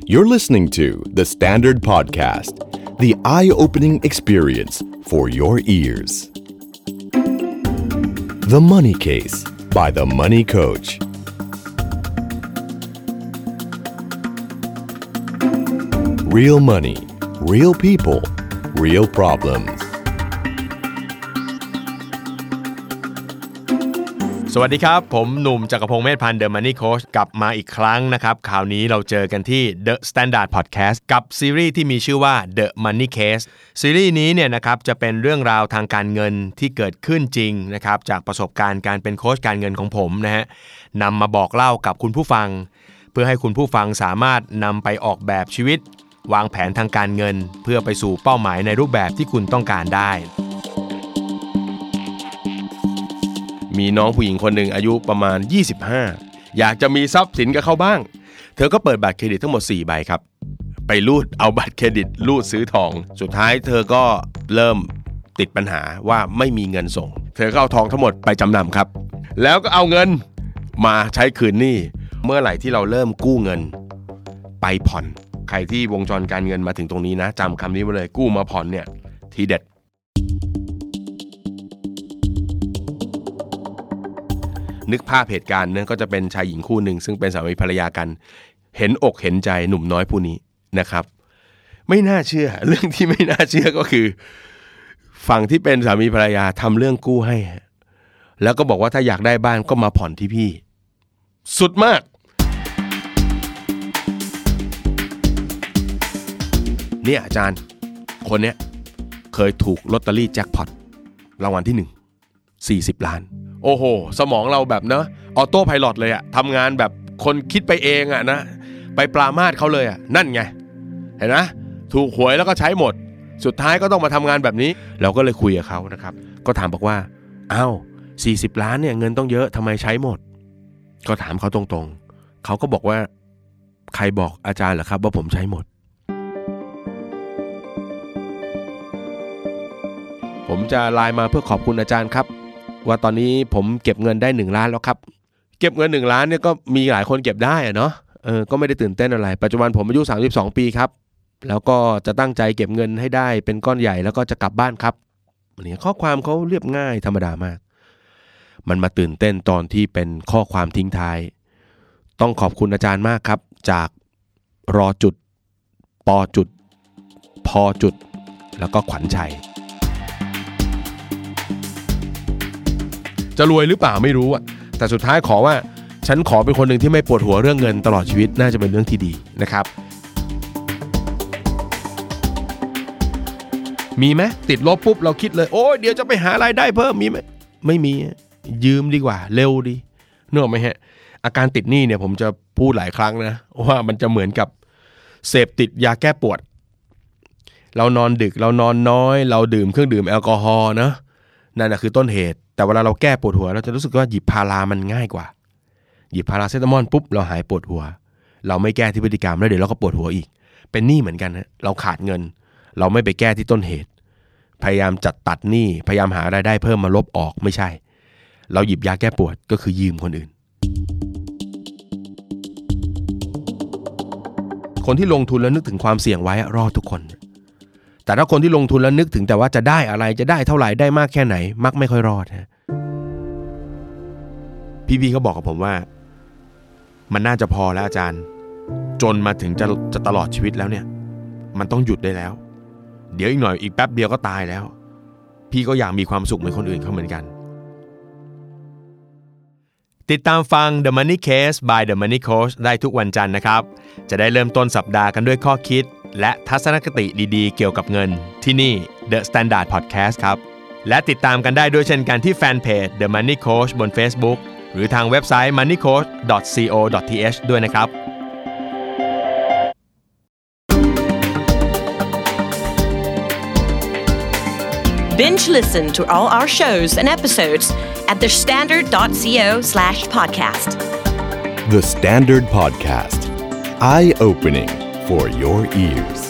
You're listening to The Standard Podcast, the eye-opening experience for your ears. The Money Case by The Money Coach. Real money, real people, real problems. สวัสดีครับผมหนุ่มจักรพงษ์เมธพันธ์ The Money Coach กลับมาอีกครั้งนะครับคราวนี้เราเจอกันที่ The Standard Podcast กับซีรีส์ที่มีชื่อว่า The Money Case ซีรีส์นี้เนี่ยนะครับจะเป็นเรื่องราวทางการเงินที่เกิดขึ้นจริงนะครับจากประสบการณ์การเป็นโค้ชการเงินของผมนะฮะนำมาบอกเล่ากับคุณผู้ฟังเพื่อให้คุณผู้ฟังสามารถนำไปออกแบบชีวิตวางแผนทางการเงินเพื่อไปสู่เป้าหมายในรูปแบบที่คุณต้องการได้มีน้องผู้หญิงคนหนึ่งอายุประมาณ25อยากจะมีทรัพย์สินกับเขาบ้างเธอก็เปิดบัตรเครดิตทั้งหมด4ใบครับไปรูดเอาบัตรเครดิตรูดซื้อทองสุดท้ายเธอก็เริ่มติดปัญหาว่าไม่มีเงินส่งเธอก็เอาทองทั้งหมดไปจำนำครับแล้วก็เอาเงินมาใช้คืนหนี้เมื่อไหร่ที่เราเริ่มกู้เงินไปผ่อนใครที่วงจรการเงินมาถึงตรงนี้นะจำคำนี้ไว้เลยกู้มาผ่อนเนี่ยทีเด็ดนึกภาพเหตุการณ์เนี่ยก็จะเป็นชายหญิงคู่หนึ่งซึ่งเป็นสามีภรรยากันเห็นอกเห็นใจหนุ่มน้อยผู้นี้นะครับไม่น่าเชื่อเรื่องที่ไม่น่าเชื่อก็คือฝั่งที่เป็นสามีภรรยาทำเรื่องกู้ให้แล้วก็บอกว่าถ้าอยากได้บ้านก็มาผ่อนที่พี่สุดมากเนี่ยอาจารย์คนเนี้ยเคยถูกลอตเตอรี่แจ็คพอตรางวัลที่1 40 ล้านโอ้โหสมองเราแบบเนอะออโต้ไพลอตเลยอะทำงานแบบคนคิดไปเองอะนะไปปรามาสเขาเลยอะนั่นไงเห็นนะถูกหวยแล้วก็ใช้หมดสุดท้ายก็ต้องมาทำงานแบบนี้เราก็เลยคุยกับเขานะครับก็ถามบอกว่าอ้าว40 ล้านเนี่ยเงินต้องเยอะทำไมใช้หมดก็ถามเขาตรงๆเขาก็บอกว่าใครบอกอาจารย์เหรอครับว่าผมใช้หมดผมจะไลน์มาเพื่อขอบคุณอาจารย์ครับว่าตอนนี้ผมเก็บเงินได้1 ล้านแล้วครับเก็บเงิน1 ล้านเนี่ยก็มีหลายคนเก็บได้อะเนาะก็ไม่ได้ตื่นเต้นอะไรปัจจุบันผมอายุ32 ปีครับแล้วก็จะตั้งใจเก็บเงินให้ได้เป็นก้อนใหญ่แล้วก็จะกลับบ้านครับนี่ข้อความเขาเรียบง่ายธรรมดามากมันมาตื่นเต้นตอนที่เป็นข้อความทิ้งท้ายต้องขอบคุณอาจารย์มากครับจากรอจุดปอจุดพอจุดแล้วก็ขวัญชัยจะรวยหรือเปล่าไม่รู้อ่ะแต่สุดท้ายขอว่าฉันขอเป็นคนหนึ่งที่ไม่ปวดหัวเรื่องเงินตลอดชีวิตน่าจะเป็นเรื่องที่ดีนะครับมีไหมติดลบปุ๊บเราคิดเลยโอ้ยเดี๋ยวจะไปหารายได้เพิ่มมีไหมไม่มียืมดีกว่าเร็วดีนึกออกไหมฮะอาการติดหนี้เนี่ยผมจะพูดหลายครั้งนะว่ามันจะเหมือนกับเสพติดยาแก้ปวดเรานอนดึกเรานอนน้อยเราดื่มเครื่องดื่มแอลกอฮอล์นะนั่นคือต้นเหตุแต่เวลาเราแก้ปวดหัวเราจะรู้สึกว่าหยิบพารามันง่ายกว่าหยิบพาราเซตามอลปุ๊บเราหายปวดหัวเราไม่แก้ที่พฤติกรรมแล้วเดี๋ยวเราก็ปวดหัวอีกเป็นหนี้เหมือนกันฮะเราขาดเงินเราไม่ไปแก้ที่ต้นเหตุพยายามจัดตัดหนี้พยายามหารายได้เพิ่มมาลบออกไม่ใช่เราหยิบยาแก้ปวดก็คือยืมคนอื่นคนที่ลงทุนแล้วนึกถึงความเสี่ยงไว้รอดทุกคนแต่ถ้าคนที่ลงทุนแล้วนึกถึงแต่ว่าจะได้อะไรจะได้เท่าไหร่ได้มากแค่ไหนมักไม่ค่อยรอดฮะพี่ๆเขาบอกกับผมว่ามันน่าจะพอแล้วอาจารย์จนมาถึงจะตลอดชีวิตแล้วเนี่ยมันต้องหยุดได้แล้วเดี๋ยวอีกหน่อยอีกแป๊บเดียวก็ตายแล้วพี่ก็อยากมีความสุขเหมือนคนอื่นเขาเหมือนกันติดตามฟัง The Money Case by The Money Coach ได้ทุกวันจันทร์นะครับจะได้เริ่มต้นสัปดาห์กันด้วยข้อคิดและทัศนคติดีๆเกี่ยวกับเงินที่นี่ The Standard Podcast ครับและติดตามกันได้ด้วยเช่นกันที่แฟนเพจ The Money Coach บน Facebook หรือทางเว็บไซต์ moneycoach.co.th ด้วยนะครับ Binge listen to all our shows and episodes at thestandard.co/podcast. The Standard Podcast. Eye-opening for your ears.